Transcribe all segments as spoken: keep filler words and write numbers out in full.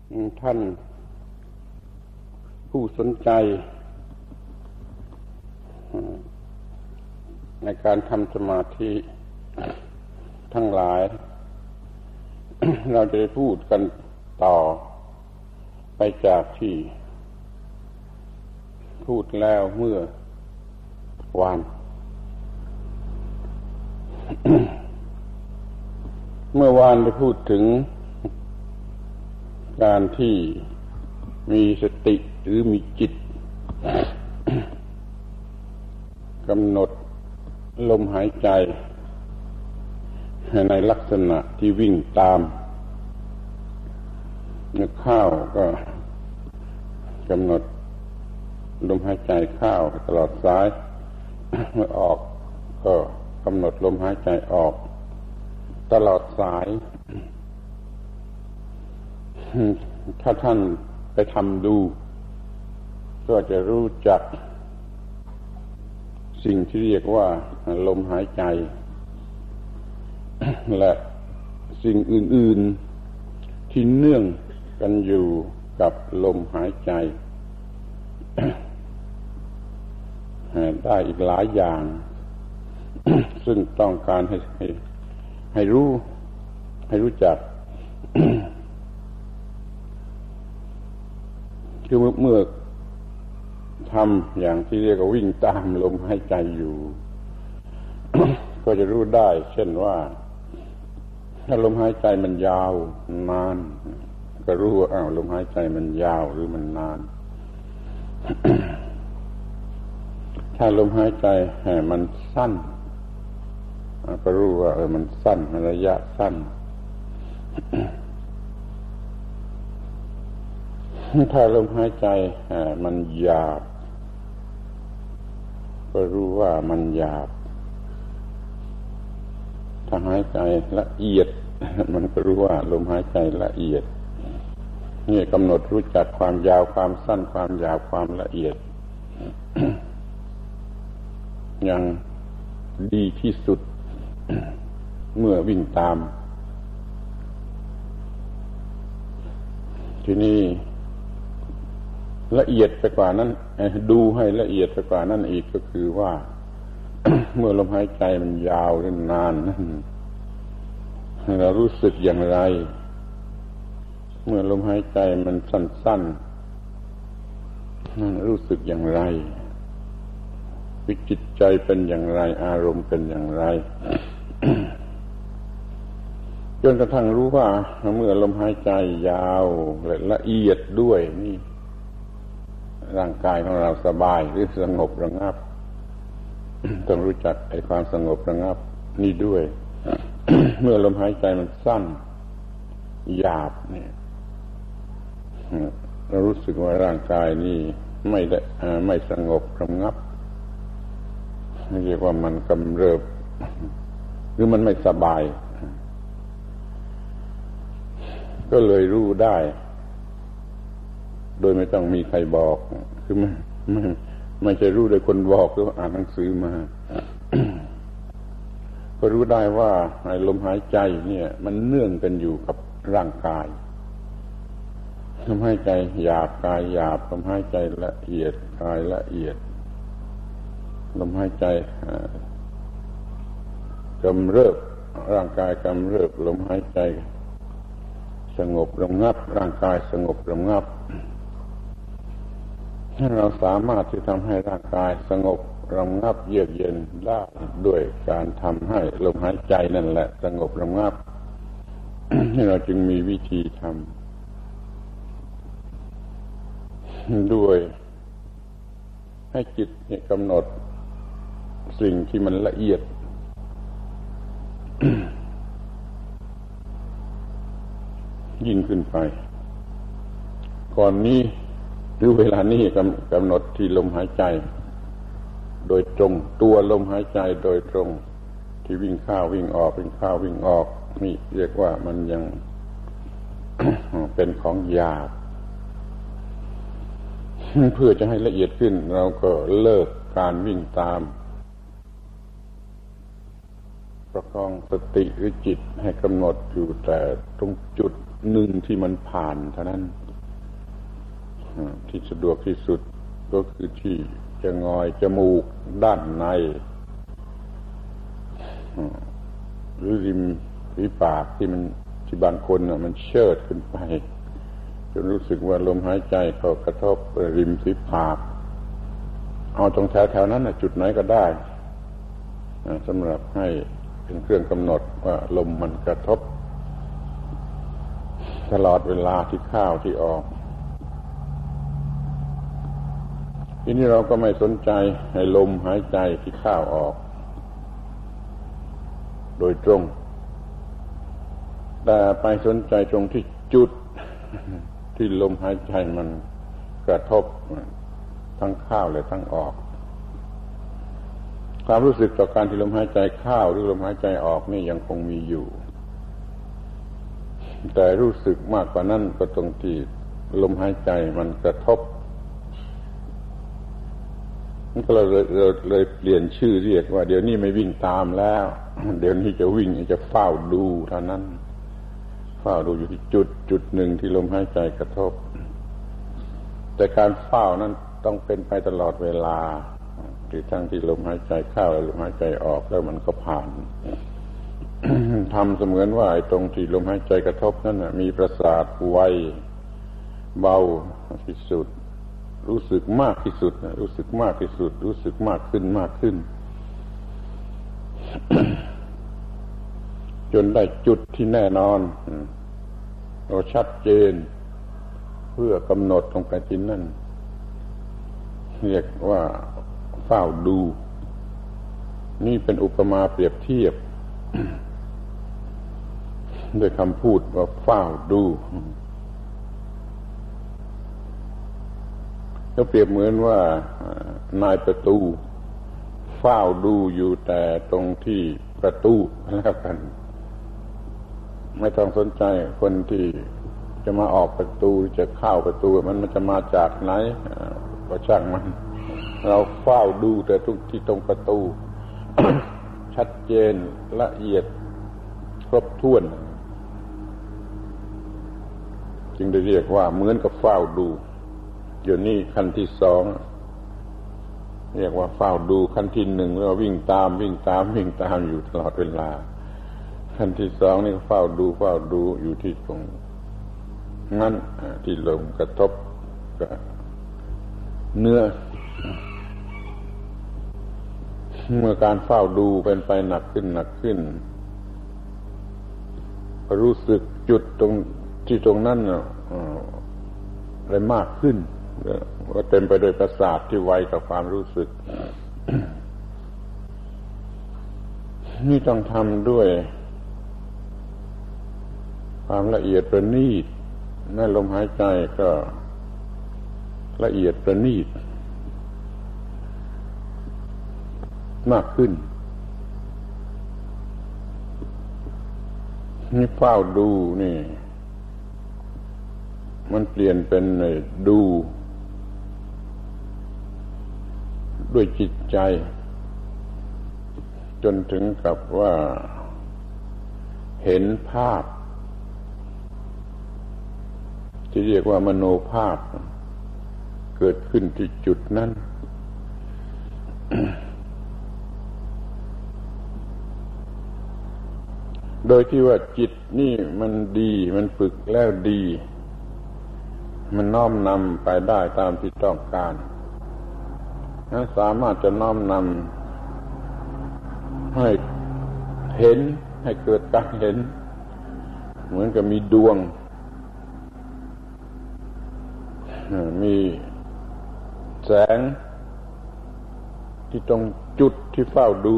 ท่านผู้สนใจในการทำสมาธิทั้งหลาย เราจะได้พูดกันต่อไปจากที่พูดแล้วเมื่อวาน เมื่อวานได้พูดถึงการที่มีสติหรือมีจิตกำหนดลมหายใจในลักษณะที่วิ่งตามเมื่อเข้าก็กำหนดลมหายใจเข้าตลอดสายเมื่อออกก็กำหนดลมหายใจออกตลอดสายถ้าท่านไปทำดูก็จะรู้จักสิ่งที่เรียกว่าลมหายใจและสิ่งอื่นๆที่เนื่องกันอยู่กับลมหายใจได้อีกหลายอย่างซึ่งต้องการให้ให้ให้รู้ให้รู้จักคือเมื่อทำอย่างที่เรียกว่าวิ่งตามลมหายใจอยู่ ก็จะรู้ได้เช่นว่าถ้าลมหายใจมันยาวนานก็รู้ว่าอ้าวลมหายใจมันยาวหรือมันนาน ถ้าลมหายใจมันสั้นก็รู้ว่าเออมันสั้นมันระยะสั้น ถ้าลมหายใจมันหยาบก็รู้ว่ามันหยาบถ้าหายใจละเอียดมันก็รู้ว่าลมหายใจละเอียดนี่กำหนดรู้จักความยาวความสั้นความหยาบความละเอียด อย่างดีที่สุด เมื่อวิ่งตามทีนี้ละเอียดไปกว่านั้นดูให้ละเอียดไปกว่านั้นอีกก็คือว่า เมื่อลมหายใจมันยาวหรือนานนั้นเรารู้สึกอย่างไรเมื่อลมหายใจมันสั้นๆรู้สึกอย่างไรวิจิตใจเป็นอย่างไรอารมณ์เป็นอย่างไร จนกระทั่งรู้ว่าเมื่อลมหายใจยาวและละเอียดด้วยนี่ร่างกายของเราสบายหรือสงบระงับ ต้องรู้จักไอ้ความสงบระงับนี่ด้วย เมื่อลมหายใจมันสั้นหยาบเนี่ยเรารู้สึกว่าร่างกายนี่ไม่ได้ไม่สงบระงับเรียกว่ามันกำเริบหรือมันไม่สบายก็เลยรู้ได้โดยไม่ต้องมีใครบอกคือไม่ไม่ไม่ใช่รู้โดยคนบอกหรืออ่านหนังสือมา ก็รู้ได้ว่าลมหายใจเนี่ยมันเนื่องกันอยู่กับร่างกายลมหายใจหยาบกายหยาบลมหายใจละเอียดกายละเอียดลมหายใจกำเริบร่างกายกำเริบลมหายใจสงบระงับร่างกายสงบระงับถ้าเราสามารถที่ทำให้ร่างกายสงบระงับเยือกเย็นได้ด้วยการทำให้ลมหายใจนั่นแหละสงบระงับ เราจึงมีวิธีทำด้วยให้จิตกำหนดสิ่งที่มันละเอียด ยิ่งขึ้นไปก่อนนี้หรือเวลานี้กำหนดที่ลมหายใจโดยตรงตัวลมหายใจโดยตรงที่วิ่งเข้าวิ่งออกวิ่งเข้าวิ่งออกนี่เรียกว่ามันยัง เป็นของหยาบ เพื่อจะให้ละเอียดขึ้นเราก็เลิกการวิ่งตามประคองสติหรือจิตให้กำหนดอยู่แต่ตรงจุดหนึ่งที่มันผ่านเท่านั้นที่สะดวกที่สุดก็คือที่จะงอยจมูกด้านในหรือริมฝีปากที่มันที่บางคนน่ะมันเชิดขึ้นไปจนรู้สึกว่าลมหายใจเข้ากระทบริมฝีปากเอาตรงแถวๆนั้นน่ะจุดไหนก็ได้สำหรับให้เป็นเครื่องกำหนดว่าลมมันกระทบตลอดเวลาที่เข้าที่ออกทีนี้เราก็ไม่สนใจให้ลมหายใจที่เข้าออกโดยตรงแต่ไปสนใจตรงที่จุดที่ลมหายใจมันกระทบทั้งเข้าและทั้งออกความรู้สึกต่อการที่ลมหายใจเข้าหรือลมหายใจออกนี่ยังคงมีอยู่แต่รู้สึกมากกว่านั้นก็ตรงที่ลมหายใจมันกระทบมันก็เลยเลยเลยเปลี่ยนชื่อเรียกว่าเดี๋ยวนี้ไม่วิ่งตามแล้วเดี๋ยวนี้จะวิ่งจะเฝ้าดูเท่านั้นเฝ้าดูอยู่ที่จุดจุดหนึ่งที่ลมหายใจกระทบแต่การเฝ้านั้นต้องเป็นไปตลอดเวลาที่ทั้งที่ลมหายใจเข้าและลมหายใจออกแล้วมันก็ผ่าน ทำเสมือนว่าไอ้ตรงที่ลมหายใจกระทบนั้นน่ะมีประสาทไวเบาที่สุดรู้สึกมากที่สุดรู้สึกมากที่สุดรู้สึกมากขึ้นมากขึ้น จนได้จุดที่แน่นอนเราชัดเจนเพื่อกำหนดลงไปที่นั่นเรียกว่าเฝ้าดูนี่เป็นอุปมาเปรียบเทียบ ด้วยคำพูดว่าเฝ้าดูก็เปรียบเหมือนว่านายประตูเฝ้าดูอยู่แต่ตรงที่ประตูแล้วกันไม่ต้องสนใจคนที่จะมาออกประตูจะเข้าประตูมันมันจะมาจากไหนก็ช่างมันเราเฝ้าดูแต่ทุกที่ตรงประตู ชัดเจนละเอียดครบถ้วนจึงได้เรียกว่าเหมือนกับเฝ้าดูอยู่นี่ขั้นที่สองเรียกว่าเฝ้าดูขั้นที่หนึ่งเราวิ่งตามวิ่งตามวิ่งตามอยู่ตลอดเวลาขั้นที่สองนี่เฝ้าดูเฝ้าดูอยู่ที่ตรงนั้นที่ลมกระทบกับเนื้อเมื่อการเฝ้าดูเป็นไปหนักขึ้นหนักขึ้นรู้สึกจุดตรงที่ตรงนั้นอะไรมากขึ้นก็เต็มไปด้วยประสาทที่ไวกับความรู้สึก นี่ต้องทำด้วยความละเอียดประณีตแม้ลมหายใจก็ละเอียดประณีตมากขึ้นนี่เฝ้าดูนี่มันเปลี่ยนเป็นดูด้วยจิตใจจนถึงกับว่าเห็นภาพที่เรียกว่ามโนภาพเกิดขึ้นที่จุดนั้น โดยที่ว่าจิตนี่มันดีมันฝึกแล้วดีมันน้อมนำไปได้ตามที่ต้องการนั้นสามารถจะน้อมนำให้เห็นให้เกิดการเห็นเหมือนกับมีดวงมีแสงที่ตรงจุดที่เฝ้าดู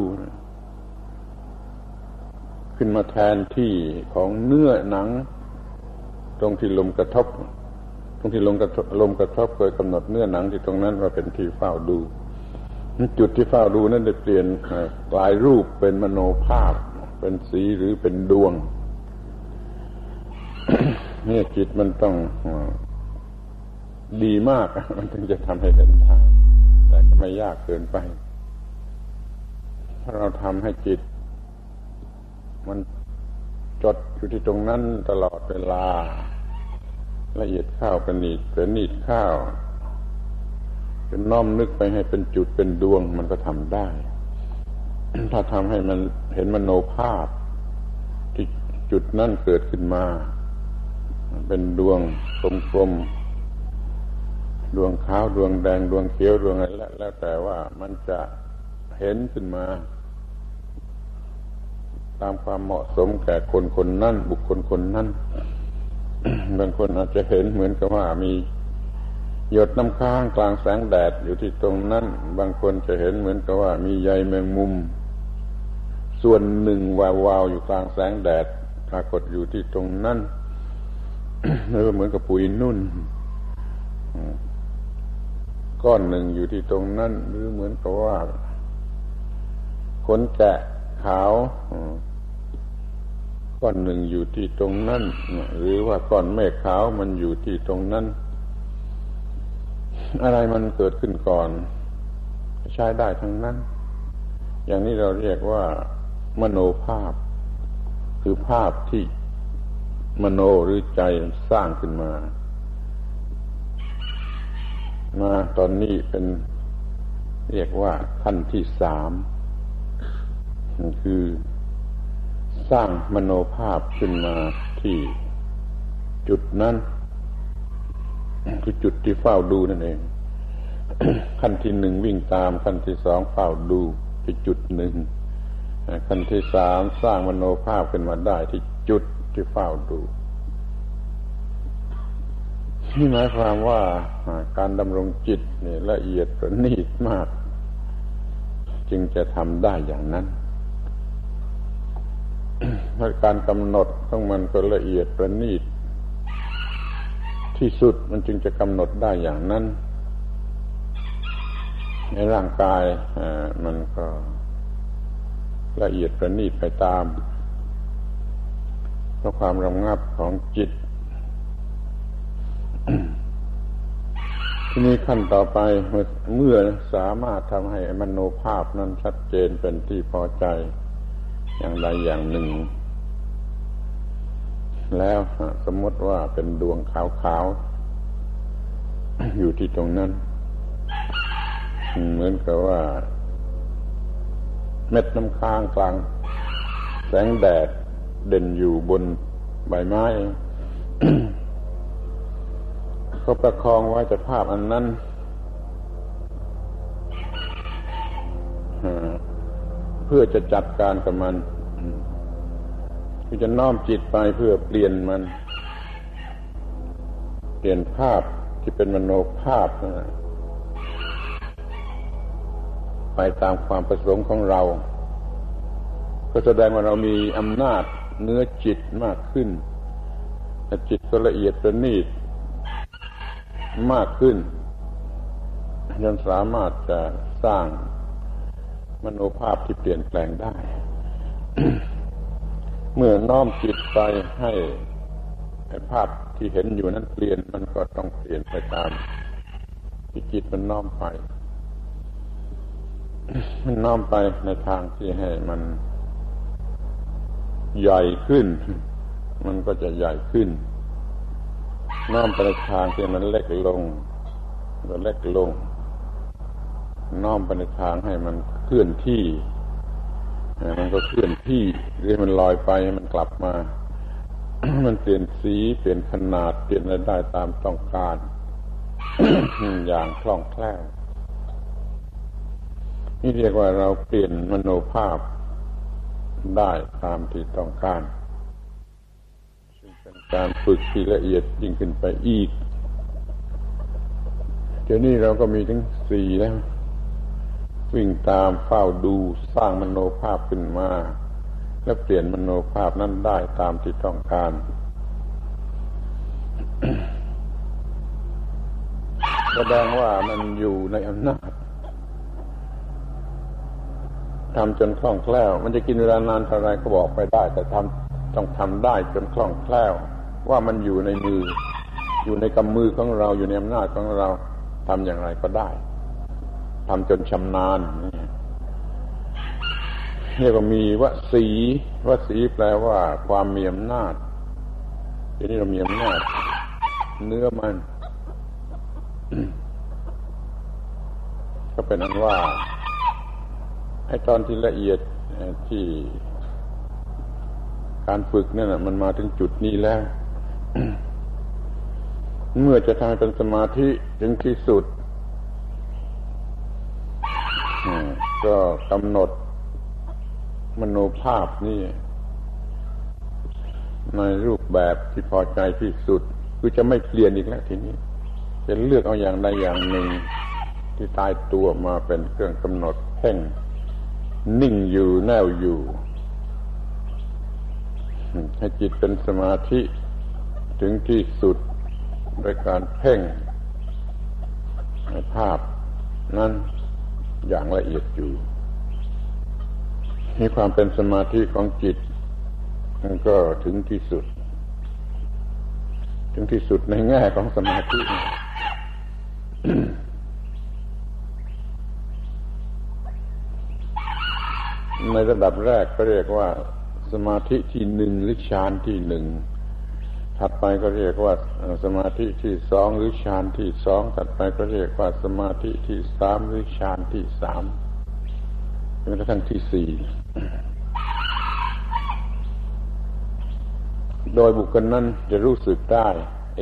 ขึ้นมาแทนที่ของเนื้อหนังตรงที่ลมกระทบตรงที่ลมกระทบลมกระทบเคยกำหนดเนื้อหนังที่ตรงนั้นว่าเป็นที่เฝ้าดูจุดที่เฝ้าดูนั้นได้เปลี่ยนกลายรูปเป็นมโนภาพเป็นสีหรือเป็นดวง นี่จิตมันต้องดีมากมันถึงจะทำให้เห็นทางแต่ก็ไม่ยากเกินไปถ้าเราทำให้จิตมันจดอยู่ที่ตรงนั้นตลอดเวลาละเอียดข้าวประณีตประณีตข้าวจนน้อมนึกไปให้เป็นจุดเป็นดวงมันก็ทำได้ ถ้าทำให้มันเห็นมโนภาพที่จุดนั้นเกิดขึ้นมาเป็นดวงกลมๆดวงขาวดวงแดงดวงเขียวดวงอะไรแล้วแต่ว่ามันจะเห็นขึ้นมาตามความเหมาะสมแก่คนคนนั้นบุคคลคนนั้น บางคนอาจจะเห็นเหมือนกับว่ามีหยดน้ำค้างกลางแสงแดดอยู่ที่ตรงนั้นบางคนจะเห็นเหมือนกับว่ามีใยแมงมุมส่วนหนึ่งวาวๆอยู่กลางแสงแดดปรากฏอยู่ที่ตรงนั้น หรือเหมือนกับปุ๋ยนุ่นก้อนหนึ่งอยู่ที่ตรงนั้นหรือเหมือนกับว่าขนแกะขาวก้อนหนึ่งอยู่ที่ตรงนั้นหรือว่าก้อนเมฆขาวมันอยู่ที่ตรงนั้นอะไรมันเกิดขึ้นก่อนใช้ได้ทั้งนั้นอย่างนี้เราเรียกว่ามโนภาพคือภาพที่มโนหรือใจสร้างขึ้นมามาตอนนี้เป็นเรียกว่าขั้นที่สามคือสร้างมโนภาพขึ้นมาที่จุดนั้นคือจุดที่เฝ้าดูนั่นเอง ขั้นที่หนึ่งวิ่งตามขั้นที่สองเฝ้าดูที่จุดหนึ่งขั้นที่สามสร้างมโนภาพขึ้นมาได้ที่จุดที่เฝ้าดูนี่หมายความว่าการดำรงจิตนี่ละเอียดประณีตมากจึงจะทำได้อย่างนั้นถ้าการกำหนดของมันก็ละเอียดประณีตที่สุดมันจึงจะกำหนดได้อย่างนั้นในร่างกายมันก็ละเอียดประณีตไปตามเพราะความระงับของจิต ทีนี้ขั้นต่อไปเมื่อสามารถทำให้มโนภาพนั้นชัดเจนเป็นที่พอใจอย่างใดอย่างหนึ่งแล้วสมมติว่าเป็นดวงขาวๆอยู่ที่ตรงนั้นเหมือนกับว่าเม็ดน้ำค้างกลางแสงแดดเด่นอยู่บนใบไม้ ก็ประคองไว้จากภาพอันนั้นเพื่อจะจัดการกับมันคือจะน้อมจิตไปเพื่อเปลี่ยนมันเปลี่ยนภาพที่เป็นมโนภาพไปตามความประสงค์ของเราก็แสดงว่าเรามีอำนาจเหนือจิตมากขึ้นจิตก็ละเอียดประณีตมากขึ้นจนสามารถจะสร้างมโนภาพที่เปลี่ยนแปลงได้ เมื่อน้อมจิตไปให้ภาพที่เห็นอยู่นั้นเปลี่ยนมันก็ต้องเปลี่ยนไปตามที่จิตมันน้อมไป มันน้อมไปในทางที่ให้มันใหญ่ขึ้นมันก็จะใหญ่ขึ้นน้อมไปในทางที่มันเล็กลงก็เล็กลงน้อมไปในทางให้มันเคลื่อนที่มันก็เคลื่อนที่หรือมันลอยไปให้มันกลับมา มันเปลี่ยนสีเปลี่ยนขนาดเปลี่ยนอะไรได้ตามต้องการ อย่างคล่องแคล่วนี่เรียกว่าเราเปลี่ยนมโนภาพได้ตามที่ต้องการซึ่งเป็นการฝึกที่ละเอียดยิ่งขึ้นไปอีกเดี๋ยวนี้เราก็มีถึงสี่แล้ววิ่งตามเฝ้าดูสร้างมโนภาพขึ้นมาแล้วเปลี่ยนมโนภาพนั้นได้ตามที่ต้องการ แสดงว่ามันอยู่ในอำนาจทำจนคล่องแคล่วมันจะกินเวลานานเท่าไรก็บอกไปได้แต่ทำต้องทำได้จนคล่องแคล่วว่ามันอยู่ในมืออยู่ในกำมือของเราอยู่ในอำนาจของเราทำอย่างไรก็ได้ทำจนชำนาญเรียกว่ามีวสีวสีแปลว่าความมีอำนาจทีนี้เรามีอำนาจเนื้อมัน ก็เป็นอันว่าไอ้ตอนที่ละเอียดที่การฝึกนั่นน่ะมันมาถึงจุดนี้แล้ว เมื่อจะทำให้เป็นสมาธิถึงที่สุดก็กำหนดมโนภาพนี่ในรูปแบบที่พอใจที่สุดคือจะไม่เปลี่ยนอีกแล้วทีนี้จะเลือกเอาอย่างใดอย่างหนึ่งที่ตายตัวมาเป็นเครื่องกำหนดเพ่งนิ่งอยู่แน่วอยู่ให้จิตเป็นสมาธิถึงที่สุดโดยการเพ่งในภาพนั้นอย่างละเอียดอยู่มีความเป็นสมาธิของจิตมันก็ถึงที่สุดถึงที่สุดในแง่ของสมาธิ ในระดับแรกก็เรียกว่าสมาธิที่หนึ่งหรือฌานที่หนึ่งถัดไปก็เรียกว่าสมาธิที่สองหรือฌานที่สองถัดไปก็เรียกว่าสมาธิที่สามหรือฌานที่สามจนกระทั่งที่สี่โดยบุคคลนั้นจะรู้สึกได้เอง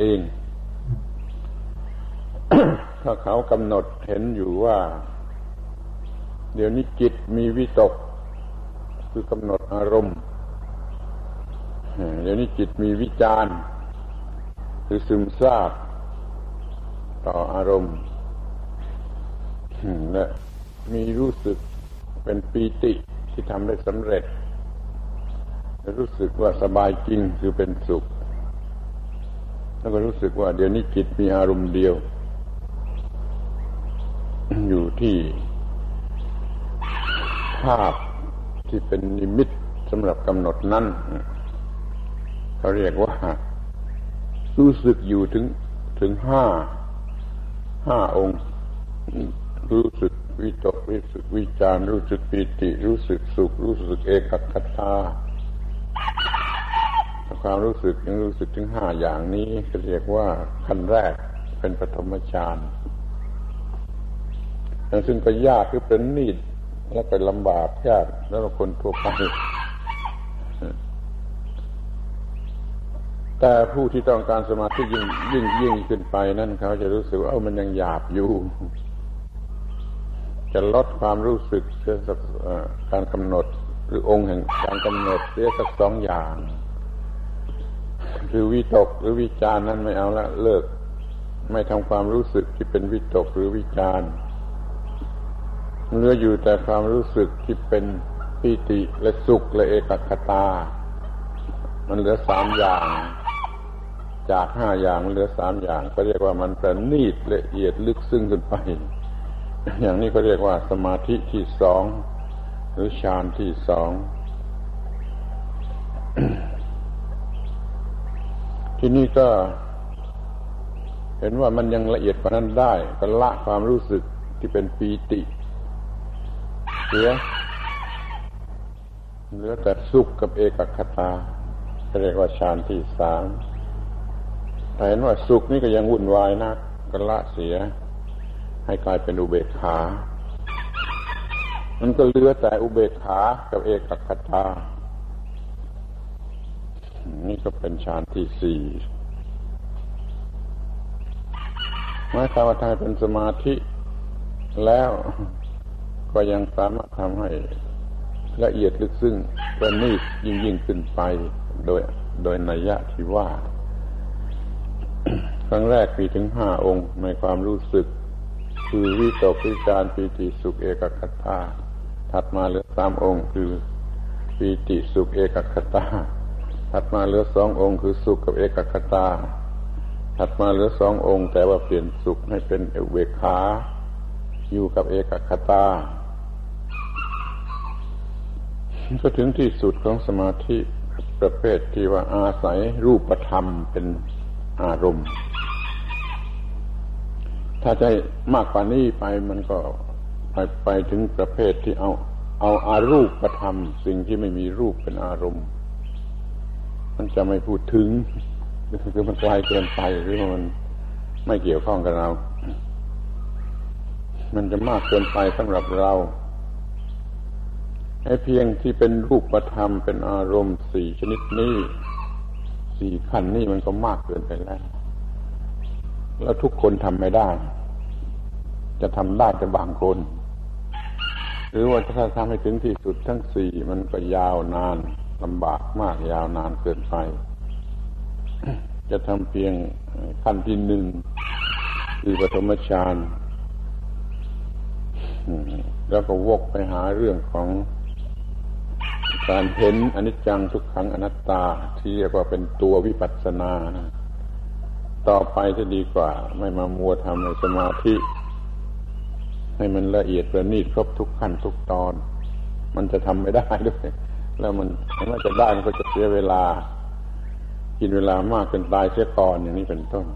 ถ้าเขากำหนดเห็นอยู่ว่าเดี๋ยวนี้จิตมีวิตกคือกำหนดอารมณ์เดี๋ยวนี้จิตมีวิจารณ์คือซึมซาบต่ออารมณ์และมีรู้สึกเป็นปีติที่ทำได้สำเร็จรู้สึกว่าสบายจริงคือเป็นสุขแล้วก็รู้สึกว่าเดี๋ยวนี้จิตมีอารมณ์เดียวอยู่ที่ภาพที่เป็นนิมิตสำหรับกำหนดนั้นเขาเรียกว่ารู้สึกอยู่ถึงถึงห้าห้าองค์รู้สึกวิตกรู้สึกวิจารรู้สึกปีติรู้สึกสุขรู้สึกเอกคตาความรู้สึกยังรู้สึกถึงห้าอย่างนี้ก็เรียกว่าขั้นแรกเป็นปฐมฌานซึ่งก็ยากคือเป็นนิดและเป็นลำบากยากแล้วคนทั่วไปแต่ผู้ที่ต้องการสมาธิยิ่งยิ่งยิ่งขึ้นไปนั่นเขาจะรู้สึกว่าเอ้ามันยังหยาบอยู่จะลดความรู้สึกเสียสักการกำหนดหรือองค์แห่งการกำหนดเสียสักสองอย่างคือวิตกหรือวิจารนั้นไม่เอาละเลิกไม่ทำความรู้สึกที่เป็นวิตกหรือวิจารเหลืออยู่แต่ความรู้สึกที่เป็นปีติและสุขและเอกคตามันเหลือสามอย่างจากห้าอย่างมันเหลือสามอย่างก็เรียกว่ามันประณีตละเอียดลึกซึ้งขึ้นไปอย่างนี้ก็เรียกว่าสมาธิที่สองหรือฌานที่สอง ที่นี่ก็เห็นว่ามันยังละเอียดกว่านั้นได้ก็ละความรู้สึกที่เป็นปีติเหลือเหลือแต่สุขกับเอกคตาเรียกว่าฌานที่สามแต่เห็นว่าสุขนี่ก็ยังวุ่นวายนักก็ละเสียให้กลายเป็นอุเบกขามันก็เหลือแต่อุเบกขากับเอกคตานี่ก็เป็นฌานที่สี่หมายความว่าถ้าเป็นสมาธิแล้วก็ยังสามารถทำให้ละเอียดลึกซึ้งประณีตยิ่งยิ่งขึ้นไปโดยโดยนัยยะที่ว่า ครั้งแรกมีถึงห้าองค์ในความรู้สึกคือวิตกวิจารปีติสุขเอกคตาถัดมาเหลือสามองค์คือปีติสุขเอกคตาถัดมาเหลือสององค์คือสุขกับเอกคตาถัดมาเหลือสององค์แต่ว่าเปลี่ยนสุขให้เป็นอุเบกขาอยู่กับเอกคตาก็ถึงที่สุดของสมาธิประเภทที่ว่าอาศัยรูปธรรมเป็นอารมณ์ถ้าจะมากกว่านี้ไปมันก็ไปไปถึงประเภทที่เอาเอาอารูปธรรมสิ่งที่ไม่มีรูปเป็นอารมณ์มันจะไม่พูดถึงคือมันไกลเกินไปหรือมันไม่เกี่ยวข้องกับเรามันจะมากเกินไปสำหรับเราให้เพียงที่เป็นรูปธรรมเป็นอารมณ์สี่ชนิดนี้สี่ขั้นนี้มันก็มากเกินไปแล้วแล้วทุกคนทำไม่ได้จะทำได้แต่บางคนหรือว่าถ้าทำให้ถึงที่สุดทั้งสี่มันก็ยาวนานลำบากมากยาวนานเกินไปจะทำเพียงขั้นที่หนึ่งคือปฐมฌานแล้วก็วกไปหาเรื่องของการเห็นอนิจจังทุกขังอนัตตาที่เรียกว่าเป็นตัววิปัสสนานะต่อไปจะดีกว่าไม่มามัวทำในสมาธิให้มันละเอียดประณีตครบทุกขั้นทุกตอนมันจะทำไม่ได้ด้วยแล้วมันถ้าจะได้มันก็จะเสียเวลากินเวลามากจนตายเสียก่อนอย่างนี้เป็นต้น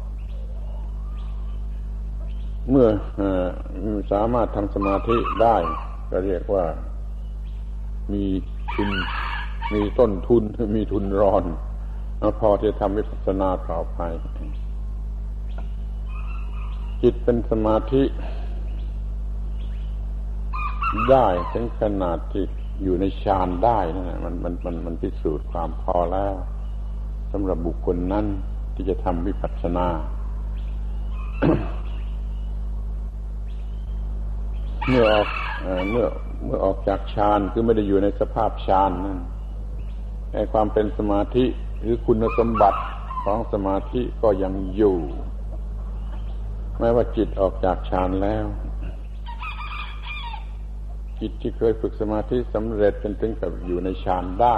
เมื่อสามารถทำสมาธิได้ก็เรียกว่ามีทุนมีต้นทุนมีทุนรอนพอที่จะทำวิปัสสนาต่อไปจิตเป็นสมาธิได้ถึงขนาดที่อยู่ในฌานได้นั่นแหละมันมันมันมันพิสูจน์ความพอแล้วสำหรับบุคคลนั้นที่จะทำวิปัสสนา เมื่อออกเมื่อเมื่อออกจากฌานคือไม่ได้อยู่ในสภาพฌานนั่นไอ้ความเป็นสมาธิหรือคุณสมบัติของสมาธิก็ยังอยู่แม้ว่าจิตออกจากฌานแล้วจิตที่เคยฝึกสมาธิสำเร็จจนถึงกับอยู่ในฌานได้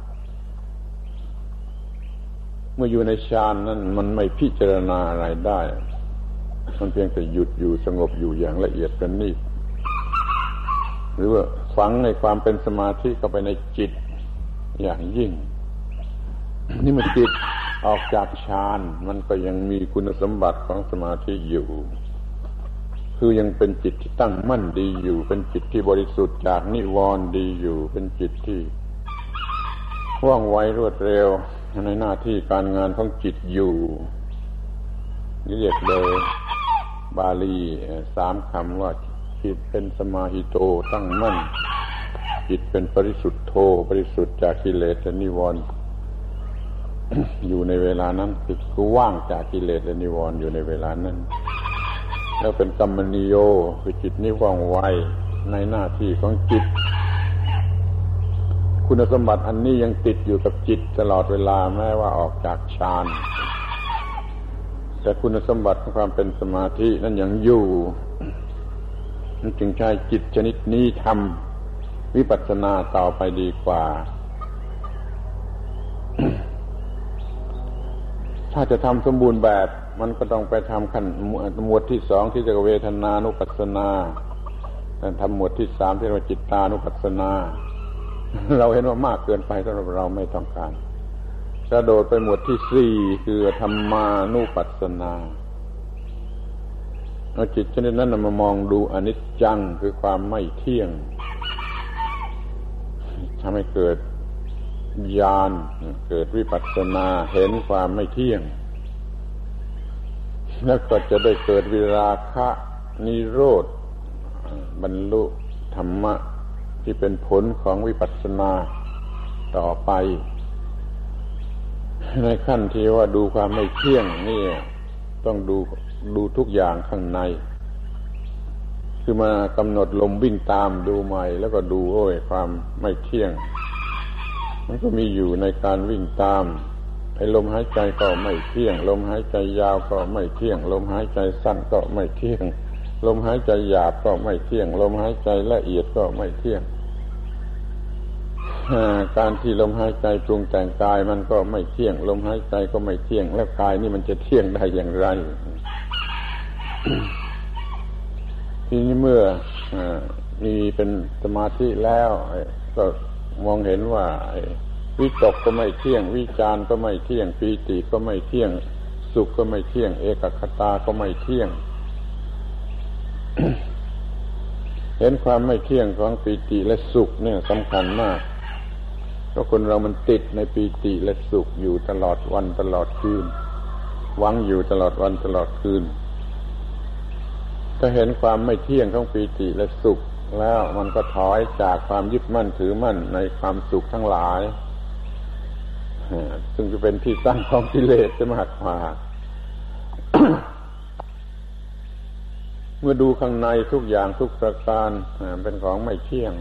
เมื่ออยู่ในฌานนั้นมันไม่พิจารณาอะไรได้มันเพียงแต่หยุดอยู่สงบอยู่อย่างละเอียดประณีตหรือว่าฝังในความเป็นสมาธิเข้าไปในจิตอย่างยิ่งนี่มันจิตออกจากฌานมันก็ยังมีคุณสมบัติของสมาธิอยู่คือยังเป็นจิตที่ตั้งมั่นดีอยู่เป็นจิตที่บริสุทธิ์จากนิวรณ์ดีอยู่เป็นจิตที่ว่องไวรวดเร็วในหน้าที่การงานของจิตอยู่นี่เรียกโดยบาลีสามคำว่าจิตเป็นสมาหิโตตั้งมั่นจิตเป็นปริสุทธโธบริสุทธิ์จากกิเลสและนิวรณ์ อยู่ในเวลานั้นคือคือว่างจากกิเลสและนิวรณ์อยู่ในเวลานั้นแล้วเป็นกัมมนิโยคือจิตนี้ว่องไวในหน้าที่ของจิตคุณสมบัติอันนี้ยังติดอยู่กับจิตตลอดเวลาแม้ว่าออกจากฌานแต่คุณสมบัติของความเป็นสมาธินั้นยังอยู่มันจึงใช้จิตชนิดนี้ทำวิปัสสนาต่อไปดีกว่า ถ้าจะทำสมบูรณ์แบบมันก็ต้องไปทำขั้นหมวดที่สองที่เรียกว่าเวทนานุปัสสนาแต่ทำหมวดที่สามที่เรียกว่าจิตตานุปัสสนาเราเห็นว่ามากเกินไปสำหรับเราไม่ต้องการกระโดดไปหมวดที่สี่คือธรรมานุปัสสนาเอาจิตชนิดนั้นมามองดูอนิจจังคือความไม่เที่ยงทำให้เกิดญาณเกิดวิปัสสนาเห็นความไม่เที่ยงแล้วก็จะได้เกิดวิราคะนิโรธบรรลุธรรมะที่เป็นผลของวิปัสสนาต่อไปในขั้นที่ว่าดูความไม่เที่ยงนี่ต้องดูดูทุกอย่างข้างในคือมากำหนดลมวิ่งตามดูใหม่แล้วก็ดูโอ้ยความไม่เที่ยงมันก็มีอยู่ในการวิ่งตามไอ้ลมหายใจก็ไม่เที่ยงลมหายใจยาวก็ไม่เที่ยงลมหายใจสั้นก็ไม่เที่ยงลมหายใจหยาบก็ไม่เที่ยงลมหายใจละเอียดก็ไม่เที่ยงการที่ลมหายใจปรุงแต่งกายมันก็ไม่เที่ยงลมหายใจก็ไม่เที่ยงแล้วกายนี่มันจะเที่ยงได้อย่างไร ทีนี้เมื่อมีเป็นสมาธิแล้วก็มองเห็นว่าวิตกก็ไม่เที่ยงวิจารก็ไม่เที่ยงปีติก็ไม่เที่ยงสุขก็ไม่เที่ยงเอกคตาก็ไม่เที่ยง จเห็นความไม่เที่ยงของปีติและสุขเนี่ยสำคัญมากเพราะคนเรามันติดในปีติและสุขอยู่ตลอดวันตลอดคืนหวังอยู่ตลอดวันตลอดคืนถ้าเห็นความไม่เที่ยงของปีติและสุขแล้วมันก็ถอยจากความยึดมั่นถือมั่นในความสุขทั้งหลายซึ่งจะเป็นที่ตั้งของกิเลสจะมากกว่า เมื่อดูข้างในทุกอย่างทุกประการเป็นของไม่เที่ยง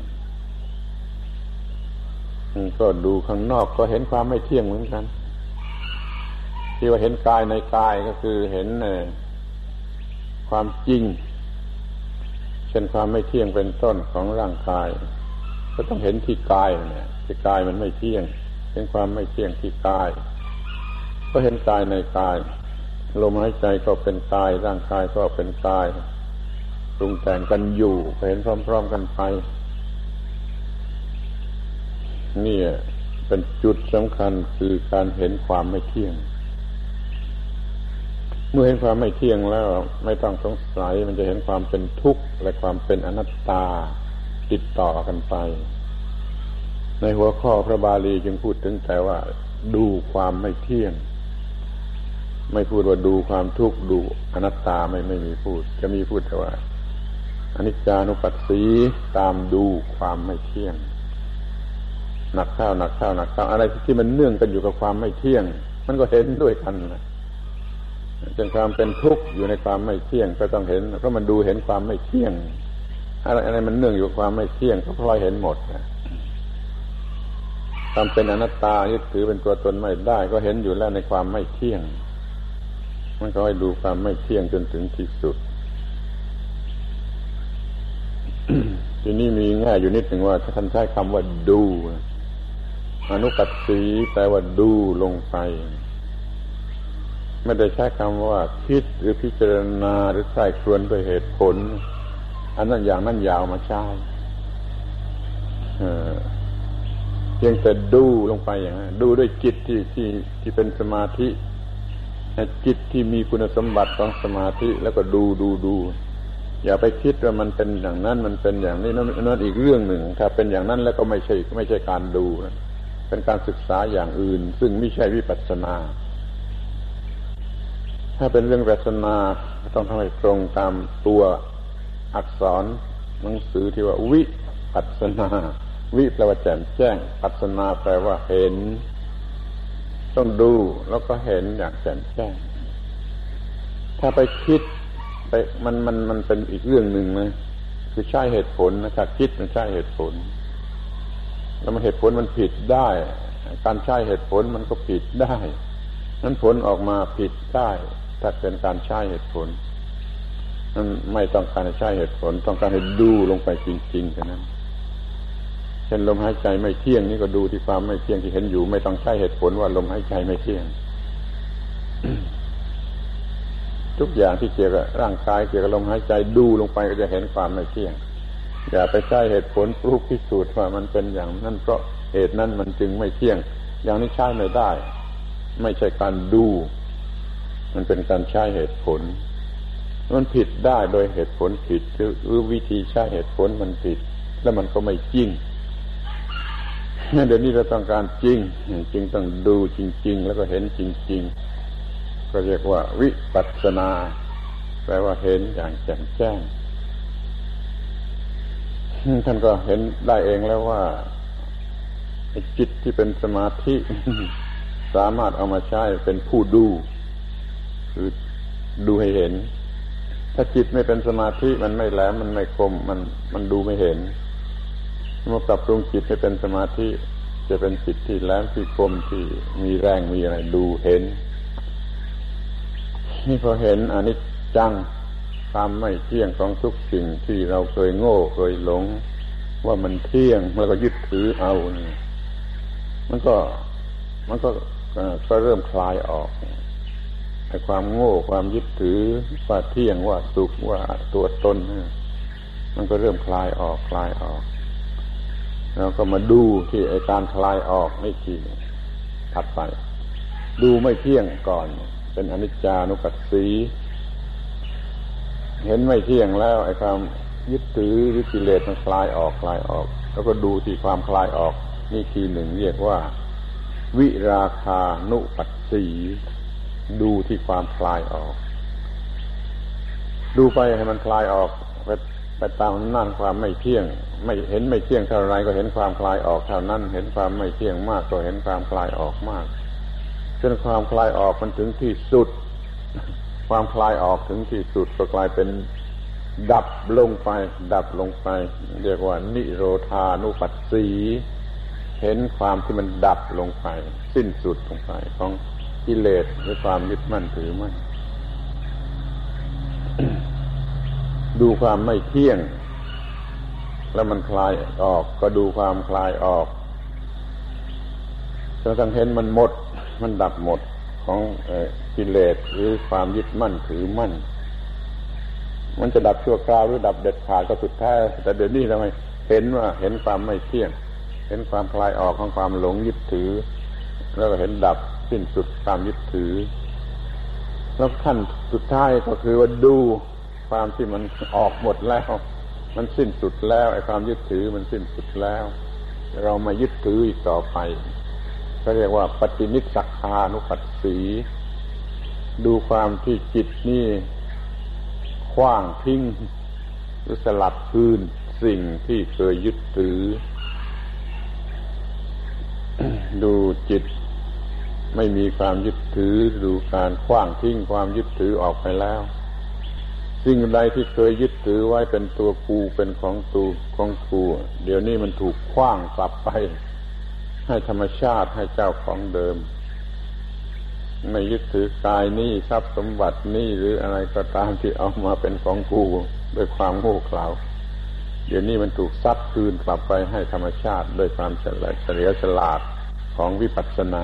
ก็ดูข้างนอกก็เห็นความไม่เที่ยงเหมือนกันที่ว่าเห็นกายในกายก็คือเห็นความจริงเช่นความไม่เที่ยงเป็นต้นของร่างกายก็ต้องเห็นที่กายเนี่ยที่กายมันไม่เที่ยงเห็นความไม่เที่ยงที่กายก็เห็นกายในกายลมหายใจก็เป็นกายร่างกายก็เป็นกายปรุงแต่งกันอยู่ก็เห็นพร้อมๆกันไปนี่เป็นจุดสำคัญคือการเห็นความไม่เที่ยงเมื่อเห็นความไม่เที่ยงแล้วไม่ต้องสงสัยมันจะเห็นความเป็นทุกข์และความเป็นอนัตตาติดต่อกันไปในหัวข้อพระบาลีจึงพูดถึงแต่ว่าดูความไม่เที่ยงไม่พูดว่าดูความทุกข์ดูอนัตตาไม่ไม่มีพูดจะมีพูดแต่ว่าอนิจจานุปัสสีตามดูความไม่เที่ยงหนักเข้าหนักเข้าหนักเข้าอะไรที่มันเนื่องกันอยู่กับความไม่เที่ยงมันก็เห็นด้วยกันนะจนความเป็นทุกข์อยู่ในความไม่เที่ยงก็ต้องเห็นเพราะมันดูเห็นความไม่เที่ยงอะไรอะไรมันเนื่องอยู่กับความไม่เที่ยงก็พลอยเห็นหมดนะความเป็นอนัตตายึดถือเป็นตัวตนไม่ได้ก็เห็นอยู่แล้วในความไม่เที่ยงมันก็ให้ดูความไม่เที่ยงจนถึงที่สุด ทีนี้มีแง่อยู่นิดหนึ่งว่าท่านใช้คำว่าดูอนุปัสสีแปลว่าดูลงไปไม่ได้ใช้คำว่าคิดหรือพิจารณาหรือใคร่ครวญด้วยเหตุผลอันนั้นอย่างนั้นยาวมาใช้เพียงแต่ดูลงไปอย่างนั้นดูด้วยจิตที่ที่ที่เป็นสมาธิจิตที่มีคุณสมบัติของสมาธิแล้วก็ดูดูดูอย่าไปคิดว่ามันเป็นอย่างนั้นมันเป็นอย่างนี้นั่นนั่นอีกเรื่องหนึ่งถ้าเป็นอย่างนั้นแล้วก็ไม่ใช่ไม่ใช่การดูนะเป็นการศึกษาอย่างอื่นซึ่งไม่ใช่วิปัสสนาถ้าเป็นเรื่องวิปัสสนาต้องทำให้ตรงตามตัวอักษรหนังสือที่ว่าวิปัสสนาวิแปลว่าแจ่มแจ้งปัสสนาแปลว่าเห็นต้องดูแล้วก็เห็นอย่างแจ่มแจ้งถ้าไปคิดไปมันมันมันเป็นอีกเรื่องหนึ่งนะคือใช้เหตุผลนะถ้าคิดมันใช้เหตุผลแล้วมันเหตุผลมันผิดได้การใช้เหตุผลมันก็ผิดได้นั้นผลออกมาผิดได้ถ้าเป็นการใช้เหตุผลนั้นไม่ต้องการใช้เหตุผลต้องการให้ดูลงไปจริงๆแค่นั้นเช่นลมหายใจไม่เที่ยงนี่ก็ดูที่ความไม่เที่ยงที่เห็นอยู่ไม่ต้องใช้เหตุผลว่าลมหายใจไม่เที่ยง ทุกอย่างที่เกี่ยวกับร่างกายเกี่ยวกับลมหายใจดูลงไปก็จะเห็นความไม่เที่ยงอย่าไปใช้เหตุผลปลุกพิสูจน์ว่ามันเป็นอย่างนั้นเพราะเหตุนั้นมันจึงไม่เที่ยงอย่างนี้ใช้ไม่ได้ไม่ใช่การดูมันเป็นการใช้เหตุผลมันผิดได้โดยเหตุผลผิดหรือวิธีใช้เหตุผลมันผิดแล้วมันก็ไม่จริงเดี๋ยวนี้เราต้องการจริงจริงต้องดูจริงๆแล้วก็เห็นจริงๆก็เรียกว่าวิปัสสนาแปลว่าเห็นอย่างแจ่มแจ้งท่านก็เห็นได้เองแล้วว่าจิตที่เป็นสมาธิสามารถเอามาใช้เป็นผู้ดูคือดูให้เห็นถ้าจิตไม่เป็นสมาธิมันไม่แหลมมันไม่คมมันมันดูไม่เห็นเมื่อปรับปรุงจิตให้เป็นสมาธิจะเป็นจิตที่แหลมที่คมที่มีแรงมีอะไรดูเห็นนี่พอเห็นอนิจจังความไม่เที่ยงของทุกสิ่งที่เราเคยโง่เคยหลงว่ามันเที่ยงแล้วก็ยึดถือเอานี่มันก็มันก็ก็เริ่มคลายออกไอ้ความโง่ความยึดถือว่าเที่ยงว่าสุขว่าตัวตนมันก็เริ่มคลายออกคลายออกแล้วก็มาดูที่ไอ้การคลายออกนี่ทีถัดไปดูไม่เที่ยงก่อนเป็นอนิจจานุปัสสีเห็นไม่เที่ยงแล้วไอ้ความยึดถือหรือกิเลสมันคลายออกคลายออกแล้วก็ดูที่ความคลายออกนี่ทีหนึ่งเรียกว่าวิราคานุปัสสีดูที่ความคลายออกดูไปให้มันคลายออกไปไปตามนั่นความไม่เที่ยงไม่เห็นไม่เที่ยงเท่าไรก็เห็นความคลายออกเท่านั้นเห็นความไม่เที่ยงมากก็เห็นความคลายออกมากจนความคลายออกมันถึงที่สุดความคลายออกถึงที่สุดก็กลายเป็นดับลงไปดับลงไปเรียกว่านิโรธานุปัสสีเห็นความที่มันดับลงไปสิ้นสุดลงไปของกิเลสหรือความยึดมั่นถือมั่น ดูความไม่เที่ยงแล้วมันคลายออกก็ดูความคลายออกจนทั้งเห็นมันหมดมันดับหมดของกิเลสหรือความยึดมั่นถือมั่นมันจะดับชั่วคราวหรือดับเด็ดขาดก็สุดแท้แต่เดี๋ยวนี้ทำไมเห็นว่าเห็นความไม่เที่ยงเห็นความคลายออกของความหลงยึดถือแล้วก็เห็นดับสิ้นสุดความยึดถือแล้วขั้นสุดท้ายก็คือว่าดูความที่มันออกหมดแล้วมันสิ้นสุดแล้วไอ้ความยึดถือมันสิ้นสุดแล้วเรามายึดถืออีกต่อไปก็เรียกว่าปฏินิสสักคานุปัสสีดูความที่จิตนี่ขว้างทิ้งหรือสลัดคืนสิ่งที่เคยยึดถือ ดูจิตไม่มีความยึดถือดูการขว้างทิ้งความยึดถือออกไปแล้วสิ่งใดที่เคยยึดถือไว้เป็นตัวกูเป็นของตูของกูเดี๋ยวนี้มันถูกขว้างกลับไปให้ธรรมชาติให้เจ้าของเดิมไม่ยึดถือกายนี้ทรัพย์สมบัตินี้หรืออะไรก็ตามที่เอามาเป็นของกูด้วยความโง่เขลาเดี๋ยวนี้มันถูกซัดคืนกลับไปให้ธรรมชาติด้วยความเฉลียวเฉลียวฉลาดของวิปัสสนา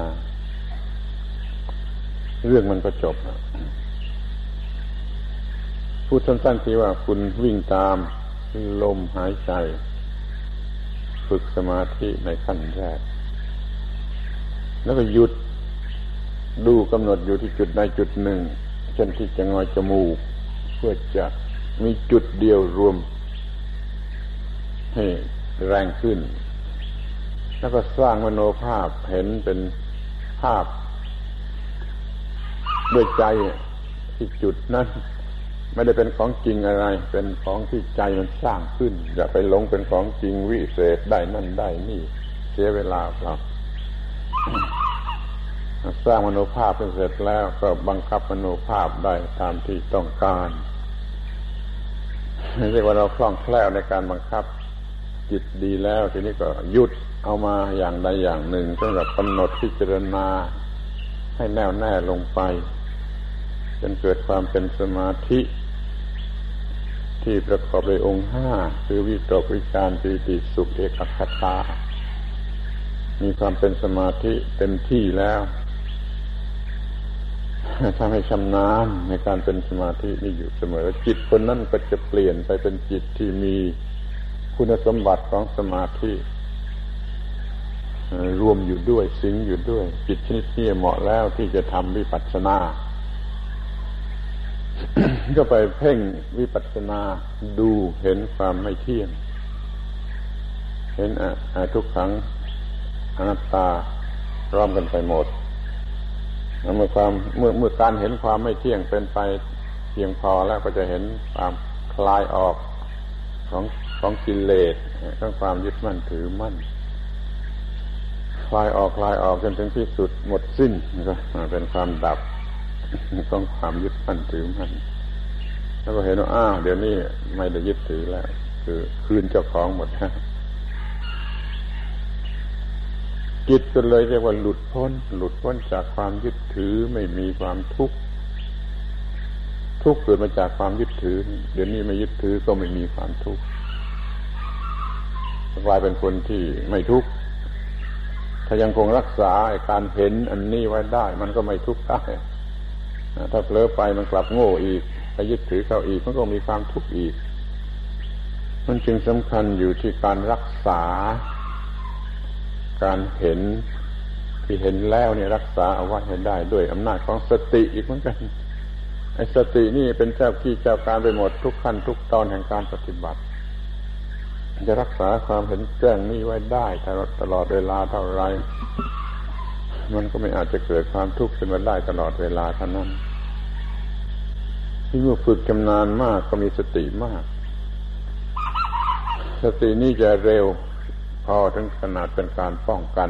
เรื่องมันก็จบพูดสั้นๆที่ว่าคุณวิ่งตามลมหายใจฝึกสมาธิในขั้นแรกแล้วก็หยุดดูกำหนดอยู่ที่จุดใดจุดหนึ่งเช่นที่จะงอยจมูกเพื่อจะมีจุดเดียวรวมให้แรงขึ้นแล้วก็สร้างมโนภาพเห็นเป็นภาพด้วยใจที่จุดนั้นไม่ได้เป็นของจริงอะไรเป็นของที่ใจมันสร้างขึ้นอย่าไปหลงเป็นของจริงวิเศษได้นั่นได้นี่เสียเวลาเปล่าสร้างมโนภาพเสร็จแล้วก็บังคับมโนภาพได้ตามที่ต้องการเรียกว่าเราคล่องแคล่วในการบังคับจิตดีแล้วทีนี้ก็หยุดเอามาอย่างใดอย่างหนึ่งสำหรับกำหนดพิจารณาให้แน่วแน่ลงไปจนเกิดความเป็นสมาธิที่ประกอบด้วยองค์ห้าคือวิตกวิจารปีติสุขเอกคตามีความเป็นสมาธิเต็มที่แล้วทำให้ชำนาญในการเป็นสมาธินี่อยู่เสมอจิตคนนั้นก็จะเปลี่ยนไปเป็นจิตที่มีคุณสมบัติของสมาธิรวมอยู่ด้วยสิงอยู่ด้วยจิตชนิดนี้เหมาะแล้วที่จะทำวิปัสสนา ก็ไปเพ่งวิปัสสนาดูเห็นความไม่เที่ยงเห็นอทุกขังอนัตตาพร้อมกันไปหมดเมื่อความเมื่อเมื่อการเห็นความไม่เที่ยงเป็นไปเพียงพอแล้วก็จะเห็นความคลายออกของของกิเลสของความยึดมั่นถือมั่นคลายออกคลายออกจนถึงที่สุดหมดสิ้นก็เป็นความดับของความยึดมั่นถือมั่นแล้วก็เห็นว่าอ้าวเดี๋ยวนี้ไม่ได้ยึดถือแล้วคือคืนเจ้าของหมดแล้วจิตก็เลยเรียกว่าหลุดพ้นหลุดพ้นจากความยึดถือไม่มีความทุกข์ทุกข์เกิดมาจากความยึดถือเดี๋ยวนี้ไม่ยึดถือก็ไม่มีความทุกข์กลายเป็นคนที่ไม่ทุกข์ถ้ายังคงรักษาการเห็นอันนี้ไว้ได้มันก็ไม่ทุกข์ได้ถ้าเผลอไปมันกลับโง่อีกไปยึดถือเข้าอีกมันก็มีความทุกข์อีกมันจึงสำคัญอยู่ที่การรักษาการเห็นที่เห็นแล้วเนี่ยรักษาเอาไว้ให้ได้ด้วยอำนาจของสติอีกเหมือนกันไอ้สตินี่เป็นเจ้าที่เจ้าการไปหมดทุกขั้นทุกตอนแห่งการปฏิบัติจะรักษาความเห็นแจ้งนี้ไว้ได้ตลอดเวลาเท่าไรมันก็ไม่อาจจะเกิดความทุกข์ขึ้นมาได้ตลอดเวลาเท่านั้นที่เมื่อฝึกชำนาญมากก็มีสติมากสตินี้จะเร็วพอถึงขนาดเป็นการป้องกัน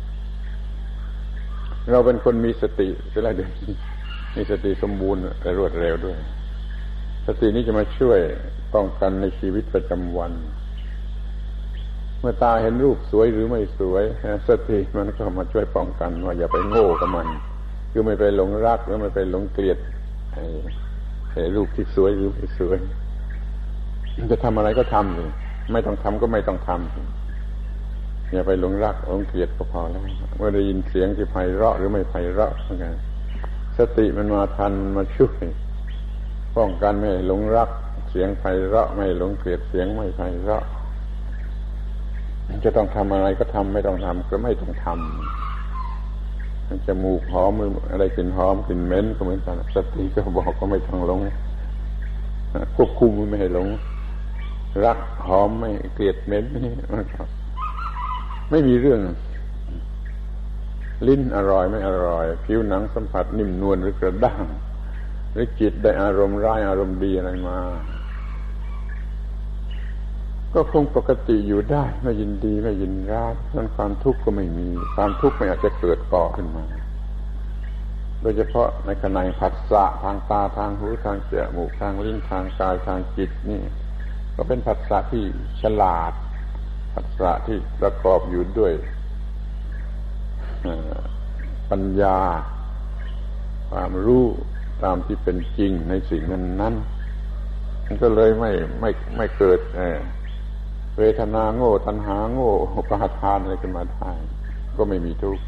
เราเป็นคนมีสติจะได้เดี๋ยวนี้มีสติสมบูรณ์แต่รวดเร็วด้วยสตินี้จะมาช่วยป้องกันในชีวิตประจำวันเมื่อตาเห็นรูปสวยหรือไม่สวยสติมันก็มาช่วยป้องกันว่าอย่าไปโง่กับมันคือไม่ไปหลงรักหรือไม่ไปหลงเกลียดไอ้ไอ้รูปที่สวยหรือไม่สวยจะทำอะไรก็ทำเลยไม่ต้องทำก็ไม่ต้องทำอย่าไปหลงรักหลงเกลียดก็พอแล้วเมื่อได้ยินเสียงที่ไพเราะหรือไม่ไพเราะเหมือนกันสติมันมาทันมาช่วยป้องกันไม่ให้หลงรักเสียงไพเราะไม่หลงเกลียดเสียงไม่ไพเราะจะต้องทำอะไรก็ทำไม่ต้องทำก็ไม่ต้องทำจมูกหอมมืออะไรกลิ่นหอมกลิ่นเหม็นก็เหมือนกันสติก็บอกก็ไม่ต้องหลงควบคุมไม่ให้หลงรักหอมไม่เกลียดเหม็นนี่มันก็ไม่มีเรื่องลิ้นอร่อยไม่อร่อยผิวหนังสัมผัสนิ่มนวลหรือกระด้างหรือจิตได้อารมณ์ร้ายอารมณ์ดีอะไรมาก็คงปกติอยู่ได้ไม่ยินดีไม่ยินร้ายนั้นความทุกข์ก็ไม่มีความทุกข์ไม่อาจจะเกิดก่อขึ้นมาโดยเฉพาะในขณะผัสสะทางตาทางหูทางจมูกทางลิ้นทางกายทางจิตนี่ก็เป็นผัสสะที่ฉลาดผัสสะที่ประกอบอยู่ด้วยปัญญาความรู้ตามที่เป็นจริงในสิ่งนั้นนั้นมันก็เลยไม่ไม่ไม่เกิดเวทนาโง่ตัณหาโง่อุปาทานอะไรขึ้นมาได้ก็ไม่มีทุกข์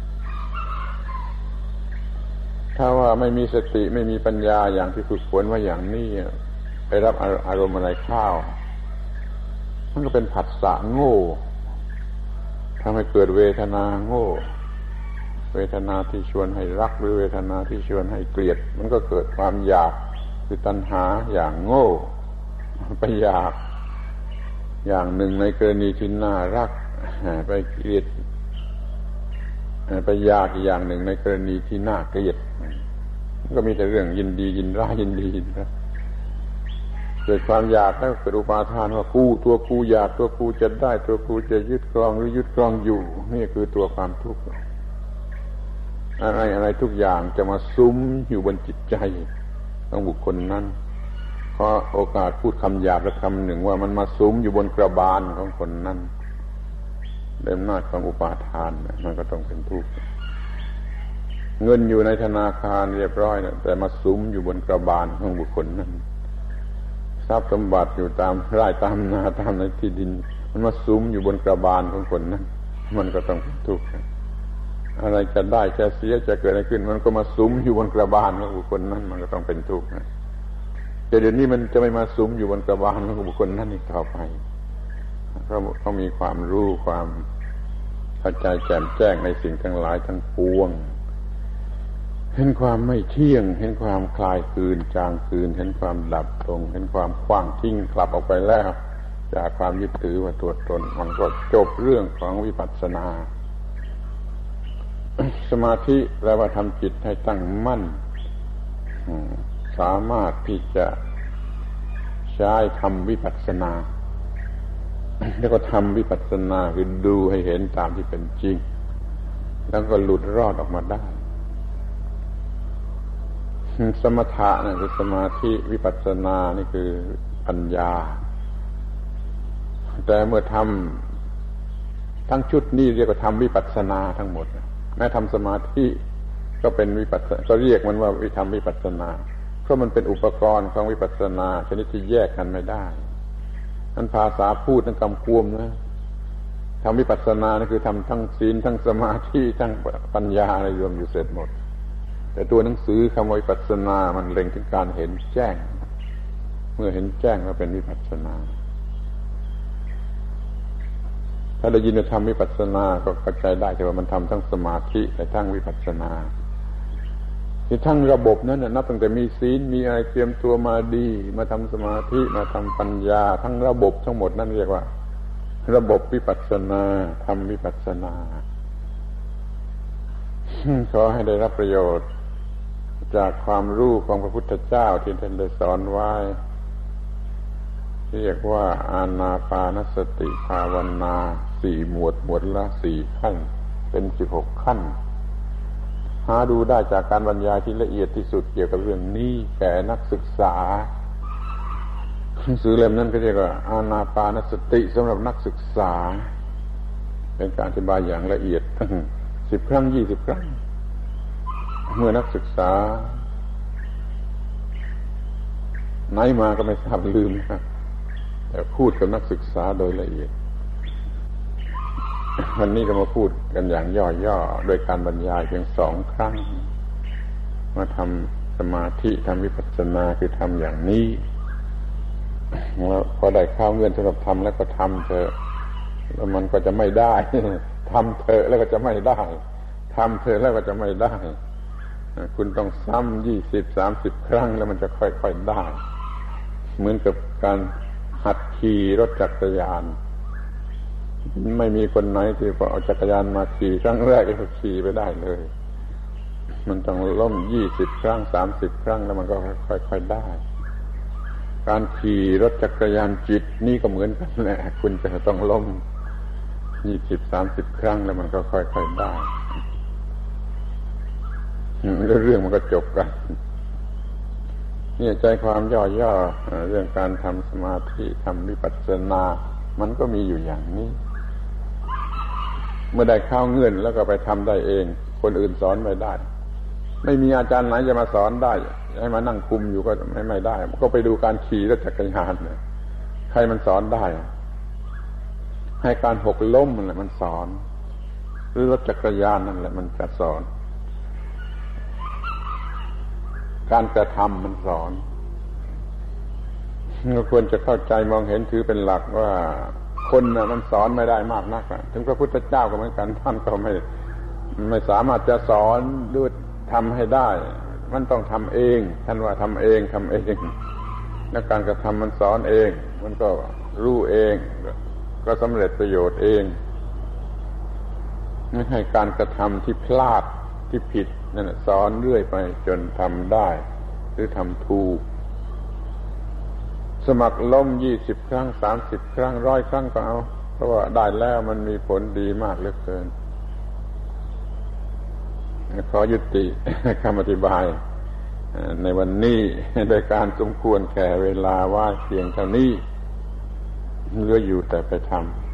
ถ้าว่าไม่มีสติไม่มีปัญญาอย่างที่ฝึกฝนว่าอย่างนี้ไปรับอารมณ์อะไรเข้ามันก็เป็นผัสสะโง่ทำให้เกิดเวทนาโง่เวทนาที่ชวนให้รักหรือเวทนาที่ชวนให้เกลียดมันก็เกิดความอยากคือตัณหาอย่างโง่ไปอยากอย่างหนึ่งในกรณีที่น่ารักไปเกลียดไปอยากอีกอย่างหนึ่งในกรณีที่น่าเกลียดมันก็มีแต่เรื่องยินดียินร้ายยินดียินร้ายเกิดความอยากแล้วเกิดอุปาทานว่ากูตัวกูอยากตัวกูจะได้ตัวกูจะยึดครองหรือยึดครองอยู่นี่คือตัวความทุกข์อะไรอะไรทุกอย่างจะมาซุ้มอยู่บนจิตใจของบุคคลนั้นเพราะโอกาสพูดคำหยาบและคำหนึ่งว่ามันมาซุ้มอยู่บนกระบาลของคนนั้นเดิมนาจของอุปาทานมันก็ต้องเป็นทุกข์เงินอยู่ในธนาคารเรียบร้อยนะแต่มาซุ้มอยู่บนกระบาลของบุคคลนั้นทรัพย์สมบัติอยู่ตามไร่ตามนาตามในที่ดินมันมาซุ้มอยู่บนกระบาลของคนนั้นมันก็ต้องเป็นทุกข์อะไรจะได้จะเสียจะเกิดอะไรขึ้นมันก็มาซุ้มอยู่บนกระบาลของบุคคลนั้นมันก็ต้องเป็นทุกข์แต่เดี๋ยวนี้มันจะไม่มาซุ้มอยู่บนกระบาลของบุคคลนั้นอีกต่อไปเพราะเขามีความรู้ความเข้าใจแจ่มแจ้งในสิ่งทั้งหลายทั้งปวงเห็นความไม่เที่ยงเห็นความคลายคืนจางคืนเห็นความดับตรงเห็นความขว้างทิ้งกลับออกไปแล้วจากความยึดถือว่าตัวตนมันก็จบเรื่องของวิปัสสนาสมาธิแปลว่าทำจิตให้ตั้งมั่นสามารถที่จะใช้ทำวิปัสสนาแล้วก็ทำวิปัสสนาคือดูให้เห็นตามที่เป็นจริงแล้วก็หลุดรอดออกมาได้สมถะนั่นคือสมาธิวิปัสสนานี่คือปัญญาแต่เมื่อทำทั้งชุดนี้เรียกว่าทำวิปัสสนาทั้งหมดแม้ทำสมาธิก็เป็นวิปัสสนาก็เรียกมันว่าวิธรรมวิปัสสนาเพราะมันเป็นอุปกรณ์ของวิปัสสนาชนิดที่แยกกันไม่ได้นั้นภาษาพูดทั้งคำควมนะทำวิปัสสนานี่คือทำทั้งศีลทั้งสมาธิทั้งปัญญาอะไรรวมอยู่เสร็จหมดแต่ตัวหนังสือคำว่าวิปัสสนามันเล็งถึงการเห็นแจ้งเมื่อเห็นแจ้งแล้วเป็นวิปัสสนาถ้าได้ยินว่าทำวิปัสสนาก็เข้าใจได้แต่ว่ามันทำทั้งสมาธิและทั้งวิปัสสนาที่ทั้งระบบนั้นนับตั้งแต่มีศีลมีอะไรเตรียมตัวมาดีมาทำสมาธิมาทำปัญญาทั้งระบบทั้งหมดนั่นเรียกว่าระบบวิปัสสนาทำวิปัสสนาขอให้ได้รับประโยชน์จากความรู้ของพระพุทธเจ้าที่ท่านได้สอนไว้เรียกว่าอานาปานสติภาวนาสี่หมวดหมวดละสี่ขั้นเป็นสิบหกขั้นหาดูได้จากการบรรยายที่ละเอียดที่สุดเกี่ยวกับเรื่องนี้แก่นักศึกษาหนังสือเล่มนั้นก็เรียกว่าอานาปานสติสำหรับนักศึกษาเป็นการอธิบายอย่างละเอียดสิบครั้งยี่สิบครั้งเมื่อนักศึกษาไหนมาก็ไม่ทราบลืมนะแต่พูดกับนักศึกษาโดยละเอียดวันนี้ก็มาพูดกันอย่างย่อๆโดยการบรรยายเพียงสองครั้งมาทำสมาธิทำวิปัสสนาคือทำอย่างนี้แล้วพอได้ข้าวเงินสำหรับทำแล้วก็ทำเถอะแล้วมันก็จะไม่ได้ทำเถอะแล้วก็จะไม่ได้ทำเถอะแล้วก็จะไม่ได้คุณต้องซ้ำยี่สิบสามสิบครั้งแล้วมันจะค่อยๆได้เหมือนกับการหัดขี่รถจักรยานไม่มีคนไหนที่พอเอาจักรยานมาขี่ครั้งแรกก็ขี่ไปได้เลยมันต้องล้มยี่สิบครั้งสามสิบครั้งแล้วมันก็ค่อยๆได้การขี่รถจักรยานจิตนี่ก็เหมือนกันแหละคุณจะต้องล้มยี่สิบสามสิบครั้งแล้วมันก็ค่อยๆได้เรื่องมันก็จบกันนี่ใจความย่อๆเรื่องการทำสมาธิทำวิปัสสนามันก็มีอยู่อย่างนี้เมื่อได้ข้าวเงื่อนแล้วก็ไปทำได้เองคนอื่นสอนไม่ได้ไม่มีอาจารย์ไหนจะมาสอนได้ให้มานั่งคุมอยู่ก็ไม่ไม่ได้ก็ไปดูการขี่รถจักรยานเนี่ยใครมันสอนได้ให้การหกล้มนั่นแหละมันสอนหรือรถจักรยานนั่นแหละมันจะสอนการกระทำมันสอนเราควรจะเข้าใจมองเห็นถือเป็นหลักว่าคนน่ะมันสอนไม่ได้มากนักถึงพระพุทธเจ้าก็เหมือนกันท่านก็ไม่ไม่สามารถจะสอนด้วยทำให้ได้มันต้องทำเองท่านว่าทำเองทำเองและการกระทำมันสอนเองมันก็รู้เองก็สำเร็จประโยชน์เองไม่ให้การกระทำที่พลาดที่ผิดนั่นแหละสอนเรื่อยไปจนทำได้หรือทำถูกสมัครล้มยี่สิบครั้งสามสิบครั้งร้อยครั้งก็เอาเพราะว่าได้แล้วมันมีผลดีมากเหลือเกินขอยุติคำอธิบายในวันนี้โดยการสมควรแก่เวลาว่าเพียงเท่านี้เหลืออยู่แต่ไปทำ